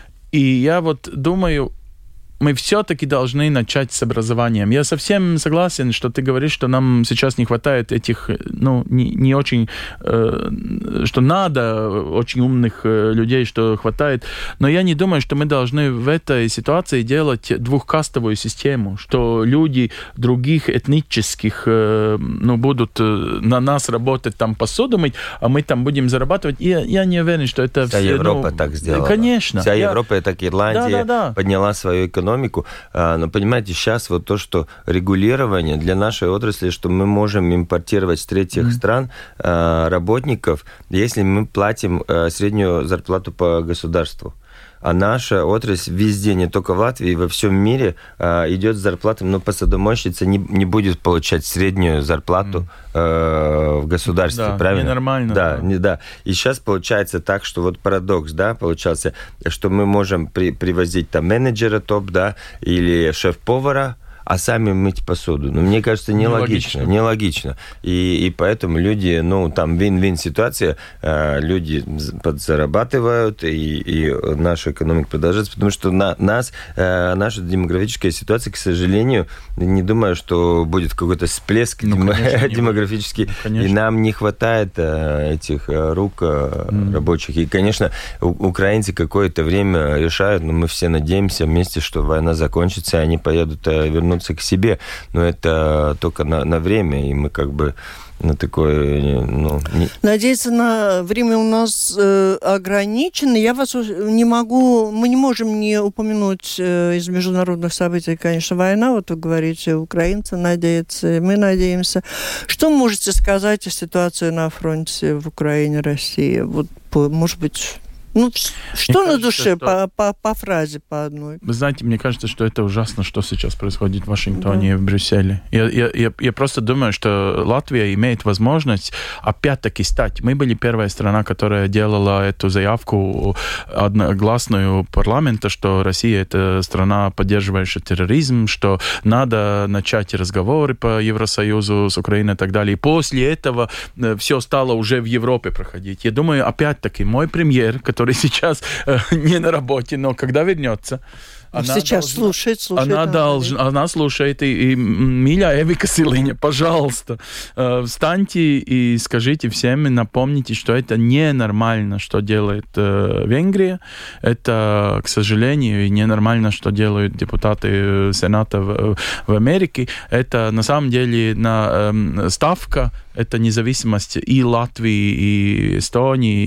и я вот думаю, мы все-таки должны начать с образованием. Я совсем согласен, что ты говоришь, что нам сейчас не хватает этих, ну, не, не очень, э, что надо очень умных э, людей, что хватает. Но я не думаю, что мы должны в этой ситуации делать двухкастовую систему, что люди других этнических, э, ну, будут э, на нас работать, там посуду мыть, а мы там будем зарабатывать. И я, я не уверен, что это... Вся все, Европа ну, так сделала. Конечно. Вся я... Европа, так Ирландия, да, да, да. подняла свою экономику. Но, понимаете, сейчас вот то, что регулирование для нашей отрасли, что мы можем импортировать с третьих mm-hmm. стран работников, если мы платим среднюю зарплату по государству. А наша отрасль везде, не только в Латвии, во всем мире идет с зарплатами, но посудомойщица не, не будет получать среднюю зарплату mm. э, в государстве, да, правильно? Ненормально. Да, да. Не, да. И сейчас получается так, что вот парадокс, да, получался, что мы можем при, привозить там менеджера топ, да, или шеф-повара, а сами мыть посуду. Ну, мне кажется, нелогично. Нелогично. И, и поэтому люди, ну, там вин-вин ситуация, э, люди подзарабатывают, и, и наша экономика продолжается, потому что на, нас, э, наша демографическая ситуация, к сожалению, не думаю, что будет какой-то всплеск ну, дем... конечно, демографический, ну, и нам не хватает э, этих э, рук э, mm. рабочих. И, конечно, у, украинцы какое-то время решают, но мы все надеемся вместе, что война закончится, и они поедут э, вернуться к себе, но это только на, на время, и мы как бы на такое... Ну, не... Надеяться на время у нас э, ограничено. Я вас не могу... Мы не можем не упомянуть э, из международных событий, конечно, война. Вот вы говорите, украинцы надеются, мы надеемся. Что можете сказать о ситуации на фронте в Украине, России? Вот, может быть... Ну, что мне на кажется, душе что... по, по, по фразе, по одной? Вы знаете, мне кажется, что это ужасно, что сейчас происходит в Вашингтоне да. и в Брюсселе. Я, я, я, я просто думаю, что Латвия имеет возможность опять-таки стать. Мы были первая страна, которая делала эту заявку одногласную парламента, что Россия — это страна, поддерживающая терроризм, что надо начать разговоры по Евросоюзу с Украиной и так далее. И после этого все стало уже в Европе проходить. Я думаю, опять-таки, мой премьер, который который сейчас э, не на работе, но когда вернется... Она сейчас должна, слушает, слушает. Она, долж, она слушает. И, и миля Эвика Силиня, пожалуйста, э, встаньте и скажите всем, и напомните, что это ненормально, что делает э, Венгрия. Это, к сожалению, ненормально, что делают депутаты Сената в, в Америке. Это, на самом деле, на, э, ставка, это независимость и Латвии, и Эстонии,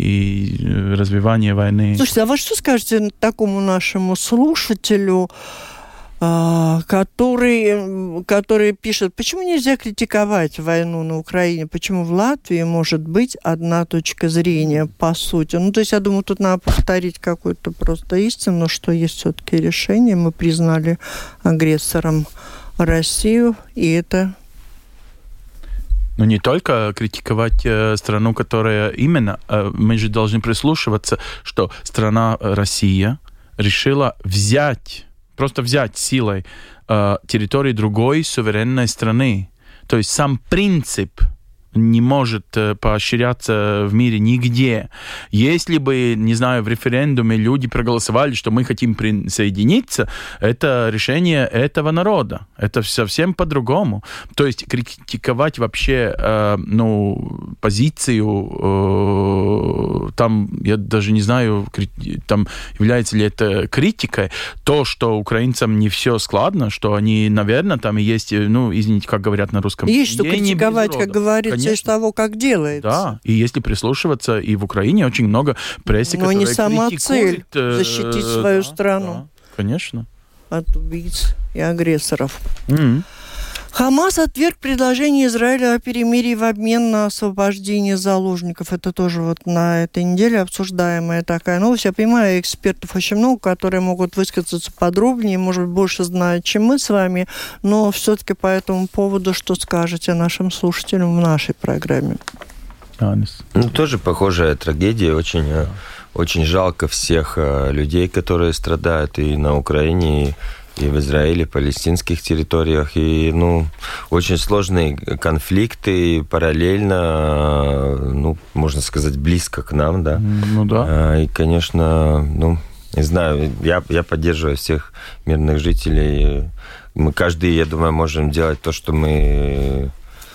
и развивание войны. Слушайте, а вы что скажете такому нашему слушателю, который, который пишет, почему нельзя критиковать войну на Украине, почему в Латвии может быть одна точка зрения, по сути. Ну, то есть, я думаю, тут надо повторить какую-то просто истину, что есть все-таки решение. Мы признали агрессором Россию, и это... Но не только критиковать э, страну, которая именно... Э, мы же должны прислушиваться, что страна Россия решила взять, просто взять силой э, территорию другой суверенной страны. То есть сам принцип не может поощряться в мире нигде. Если бы, не знаю, в референдуме люди проголосовали, что мы хотим присоединиться, это решение этого народа. Это совсем по-другому. То есть критиковать вообще э, ну, позицию, э, там, я даже не знаю, там, является ли это критикой, то, что украинцам не все складно, что они, наверное, там и есть, ну, извините, как говорят на русском. Есть что критиковать, как говорится, из того, как делается. Да, и если прислушиваться, и в Украине очень много прессы, но которые не сама критикуют... цель защитить свою да, страну. Да, конечно. От убийц и агрессоров. Mm-hmm. Хамас отверг предложение Израиля о перемирии в обмен на освобождение заложников. Это тоже вот на этой неделе обсуждаемая такая новость. Я понимаю, экспертов очень много, которые могут высказаться подробнее, может быть, больше знают, чем мы с вами, но все-таки по этому поводу что скажете нашим слушателям в нашей программе? Ну, тоже похожая трагедия. Очень, очень жалко всех людей, которые страдают и на Украине, и и в Израиле, палестинских территориях. И, ну, очень сложные конфликты параллельно, ну, можно сказать, близко к нам, да. Ну, да. И, конечно, ну, не знаю, я, я поддерживаю всех мирных жителей. Мы каждый, я думаю, можем делать то, что мы...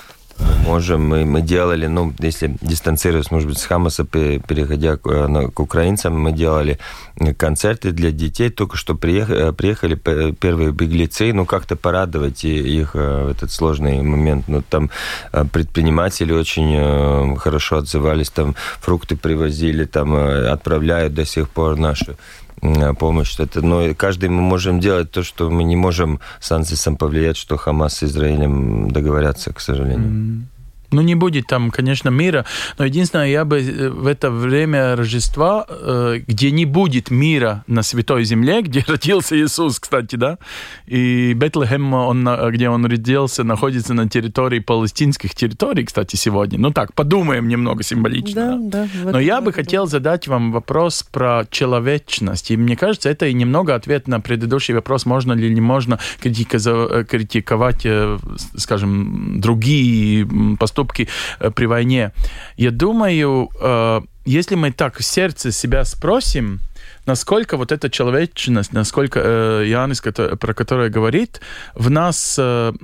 можем, мы, мы делали, ну, если дистанцируясь, может быть, с Хамаса, переходя к, к украинцам, мы делали концерты для детей, только что приехали, приехали первые беглецы, ну, как-то порадовать их в этот сложный момент. Ну, там предприниматели очень хорошо отзывались, там фрукты привозили, там отправляют до сих пор наши помощь. Это, но каждый мы можем делать то, что мы не можем с Ансисом повлиять, что Хамас с Израилем договорятся, к сожалению. Mm. Ну, не будет там, конечно, мира, но единственное, я бы в это время Рождества, где не будет мира на Святой Земле, где родился Иисус, кстати, да, и Бетлехем, он, где он родился, находится на территории палестинских территорий, кстати, сегодня. Ну так, подумаем немного символично. Да, да. Да, но я бы хотел задать вам вопрос про человечность, и мне кажется, это и немного ответ на предыдущий вопрос, можно ли не можно критиковать, скажем, другие поступки при войне. Я думаю, если мы так в сердце себя спросим, насколько вот эта человечность, насколько Янис, про которую говорит, в нас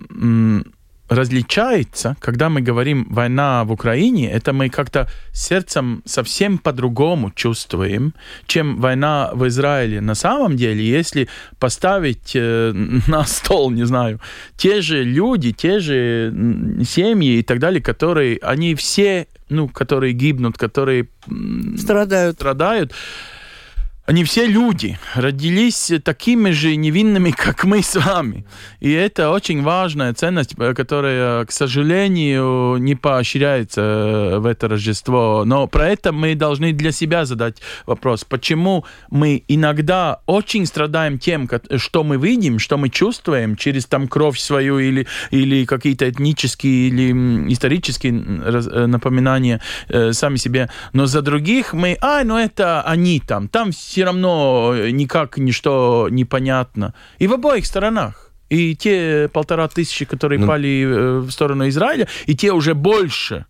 различается, когда мы говорим «война в Украине», это мы как-то сердцем совсем по-другому чувствуем, чем война в Израиле. На самом деле, если поставить э, на стол, не знаю, те же люди, те же семьи и так далее, которые, они все, ну, которые гибнут, которые страдают, страдают, они все люди, родились такими же невинными, как мы с вами. И это очень важная ценность, которая, к сожалению, не поощряется в это Рождество. Но про это мы должны для себя задать вопрос. Почему мы иногда очень страдаем тем, что мы видим, что мы чувствуем через там кровь свою или, или какие-то этнические или исторические напоминания э, сами себе. Но за других мы, а, ну это они там, там все все равно никак ничто не понятно. И в обоих сторонах. И те полтора тысячи, которые ну. пали в сторону Израиля, и те уже больше.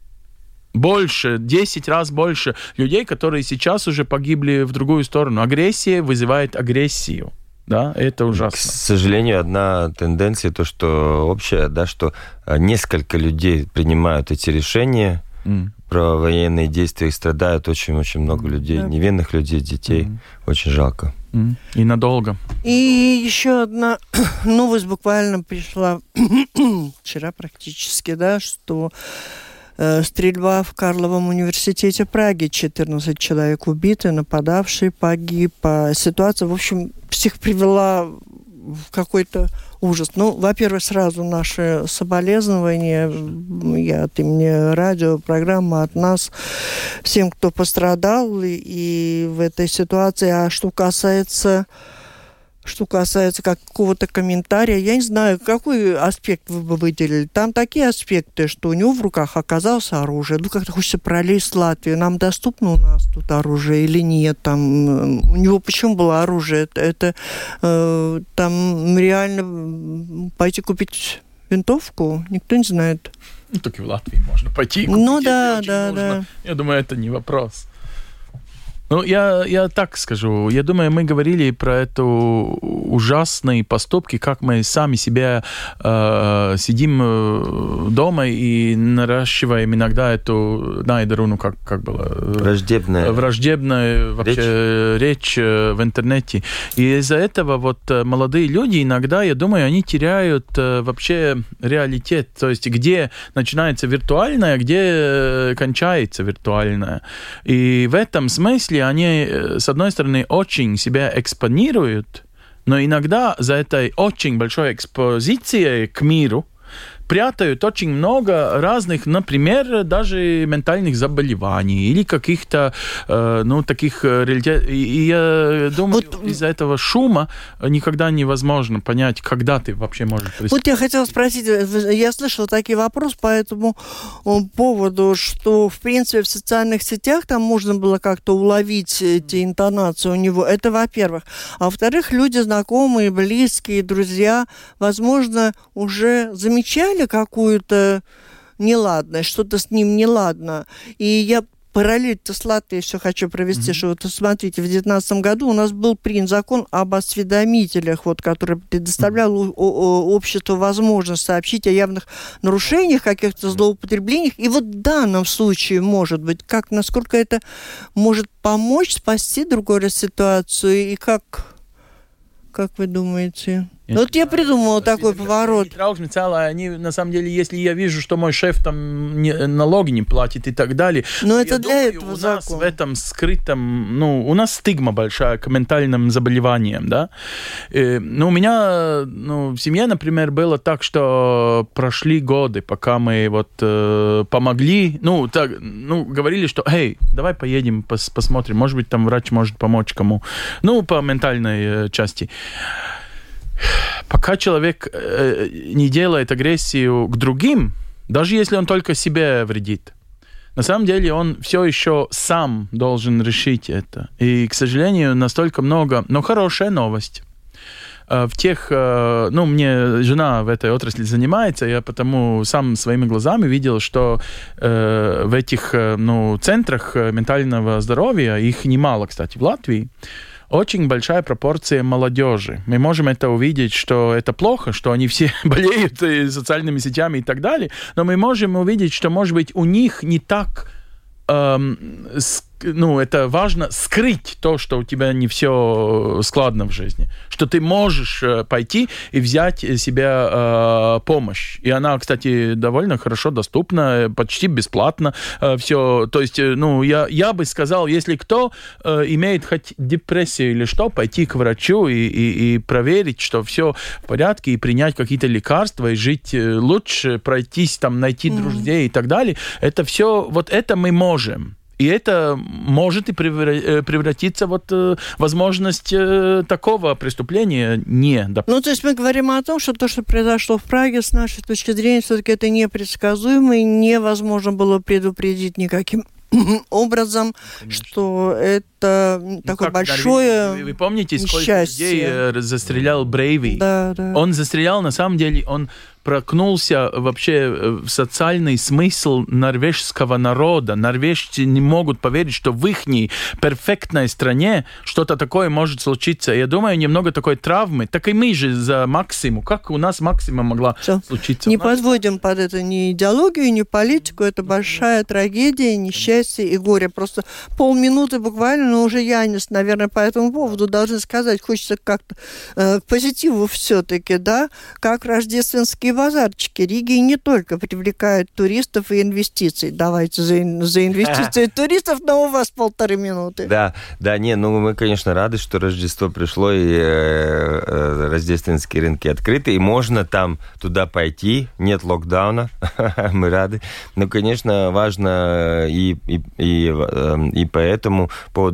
Больше, десять раз больше людей, которые сейчас уже погибли в другую сторону. Агрессия вызывает агрессию. Да, это ужасно. К сожалению, одна тенденция, то, что общая, да, что несколько людей принимают эти решения, mm. про военные действия, страдают очень-очень много людей, да. невинных людей, детей. Mm. Очень жалко. Mm. И надолго. И еще одна новость буквально пришла вчера практически, да, что э, стрельба в Карловом университете Праги, четырнадцать человек убиты, нападавший погиб. Ситуация, в общем, всех привела в какой-то ужас. Ну, во-первых, сразу наши соболезнования, я от имени радио, программа от нас, всем, кто пострадал и, и в этой ситуации. А что касается, что касается какого-то комментария, я не знаю, какой аспект вы бы выделили. Там такие аспекты, что у него в руках оказалось оружие. Ну, как-то хочется пролезть в Латвию. Нам доступно у нас тут оружие или нет? Там, у него почему было оружие? Это, это э, там реально пойти купить винтовку? Никто не знает. Ну, так и в Латвии можно пойти. Ну да, да, да. Я думаю, это не вопрос. Ну, я, я так скажу. Я думаю, мы говорили про это ужасные поступки, как мы сами себя э, сидим дома и наращиваем иногда эту найдеру, ну, как, как было? Враждебная. Враждебная вообще речь, речь в интернете. И из-за этого вот молодые люди иногда, я думаю, они теряют вообще реалитет. То есть, где начинается виртуальное, где кончается виртуальное. И в этом смысле они, с одной стороны, очень себя экспонируют, но иногда за этой очень большой экспозицией к миру прятают очень много разных, например, даже ментальных заболеваний или каких-то, э, ну, таких реалитет. И, и я думаю, вот из-за этого шума никогда невозможно понять, когда ты вообще можешь приступить. Вот я хотела спросить, я слышала такие вопросы по этому поводу, что, в принципе, в социальных сетях там можно было как-то уловить эти интонации у него. Это, во-первых. А во-вторых, люди, знакомые, близкие, друзья, возможно, уже замечали какую-то неладность, что-то с ним неладно. И я параллель-то с Латвией все хочу провести, mm-hmm. что вот смотрите, в две тысячи девятнадцатом году у нас был принят закон об осведомителях, вот, который предоставлял mm-hmm. обществу возможность сообщить о явных нарушениях, каких-то злоупотреблениях. И вот в данном случае, может быть, как, насколько это может помочь спасти другую ситуацию, и как, как вы думаете? Ну, вот я придумала такой поворот. Они, на самом деле, если я вижу, что мой шеф там не, налоги не платит и так далее, но это для думаю, этого у закон. нас в этом скрытом, ну, у нас стигма большая к ментальным заболеваниям, да. И, ну, у меня, ну, в семье, например, было так, что прошли годы, пока мы вот э, помогли, ну, так, ну, говорили, что, эй, давай поедем, пос, посмотрим, может быть, там врач может помочь кому, ну, по ментальной э, части. Пока человек э, не делает агрессию к другим, даже если он только себе вредит, на самом деле он все еще сам должен решить это. И, к сожалению, настолько много... Но хорошая новость. В тех... Ну, мне жена в этой отрасли занимается, я потому сам своими глазами видел, что э, в этих ну, центрах ментального здоровья, их немало, кстати, в Латвии, очень большая пропорция молодежи. Мы можем это увидеть, что это плохо, что они все болеют социальными сетями и так далее, но мы можем увидеть, что, может быть, у них не так... Эм, ну, это важно скрыть то, что у тебя не все складно в жизни. Что ты можешь пойти и взять себе э, помощь. И она, кстати, довольно хорошо доступна, почти бесплатно э, все. То есть, ну, я, я бы сказал, если кто э, имеет хоть депрессию или что, пойти к врачу и, и, и проверить, что все в порядке, и принять какие-то лекарства, и жить лучше, пройтись, там, найти mm-hmm. друзей и так далее. Это все, вот это мы можем. И это может и превратиться вот в возможность такого преступления не допустить. Ну, то есть мы говорим о том, что то, что произошло в Праге, с нашей точки зрения, все-таки это непредсказуемо и невозможно было предупредить никаким образом, конечно. Что это ну, такое большое вы, вы помните, сколько несчастье. Людей застрелял Брейви? Да, да. Он застрелял, на самом деле, он прокнулся вообще в социальный смысл норвежского народа. Норвежцы не могут поверить, что в их перфектной стране что-то такое может случиться. Я думаю, немного такой травмы. Так и мы же за Максиму. Как у нас Максима могла Все. случиться? Не подводим под это ни идеологию, ни политику. Это большая трагедия, несчастье и горе. Просто полминуты буквально, но уже я, наверное, по этому поводу должна сказать. Хочется как-то э, к позитиву все-таки, да? Как рождественские базарчики Риги не только привлекают туристов и инвестиций. Давайте за, за инвестиции туристов, но у вас полторы минуты. Да, да, не, ну мы, конечно, рады, что Рождество пришло, и э, э, рождественские рынки открыты, и можно там туда пойти, нет локдауна, мы рады. Но, конечно, важно и, и, и, и по этому поводу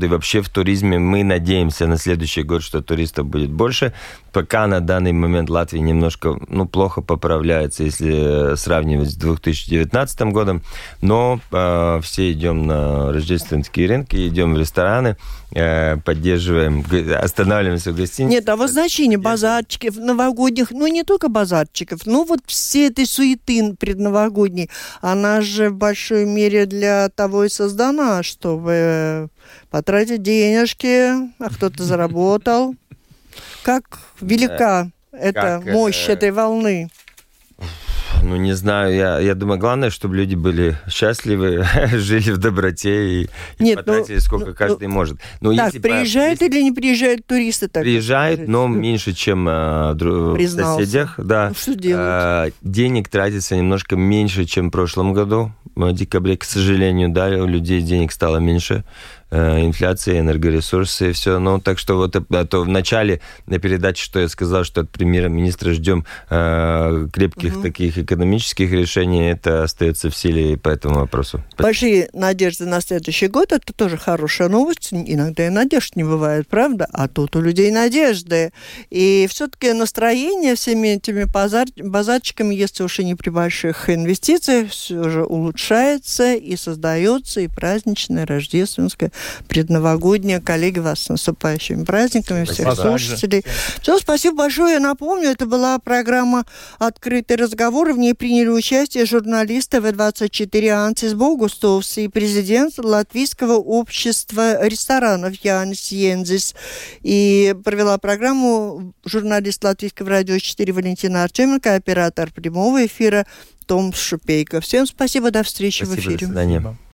годы. Вообще в туризме мы надеемся на следующий год, что туристов будет больше. Пока на данный момент Латвия немножко, ну, плохо поправляется, если сравнивать с две тысячи девятнадцатым годом. Но э, все идем на рождественские рынки, идем в рестораны, э, поддерживаем, останавливаемся в гостинице. Нет, а вот значение базарчиков новогодних, ну, не только базарчиков, ну, вот все этой суеты предновогодней, она же в большой мере для того и создана, чтобы потратить денежки, а кто-то заработал. Как велика эта как, мощь э, этой волны? Ну, не знаю, я, я думаю, главное, чтобы люди были счастливы, жили в доброте и, и Нет, потратили ну, сколько ну, каждый ну, может. Но так, если, приезжают если, или не приезжают туристы? Так приезжают, но меньше, чем э, в соседях. Да. Ну, что делать? Э, денег тратится немножко меньше, чем в прошлом году. В декабре, к сожалению, да, у людей денег стало меньше. Инфляция, энергоресурсы и все. Ну, так что вот а то в начале на передаче, что я сказал, что от премьер-министра ждем э, крепких угу. таких экономических решений, это остается в силе по этому вопросу. Большие надежды на следующий год, это тоже хорошая новость. Иногда и надежд не бывает, правда? А тут у людей надежды. И все-таки настроение всеми этими базар, базарчиками, если уж и не при больших инвестициях, все же улучшается и создается и праздничное, рождественское, предновогоднее. Коллеги, вас с наступающими праздниками, Спасибо. всех слушателей. Все, спасибо большое. Я напомню, это была программа «Открытый разговор». В ней приняли участие журналисты вэ двадцать четыре Анцис Богустовс и президент Латвийского общества ресторанов Янис Йензис. И провела программу журналист Латвийского радио четыре Валентина Артеменко, оператор прямого эфира Том Шупейко. Всем спасибо, до встречи Спасибо, в эфире. До свидания.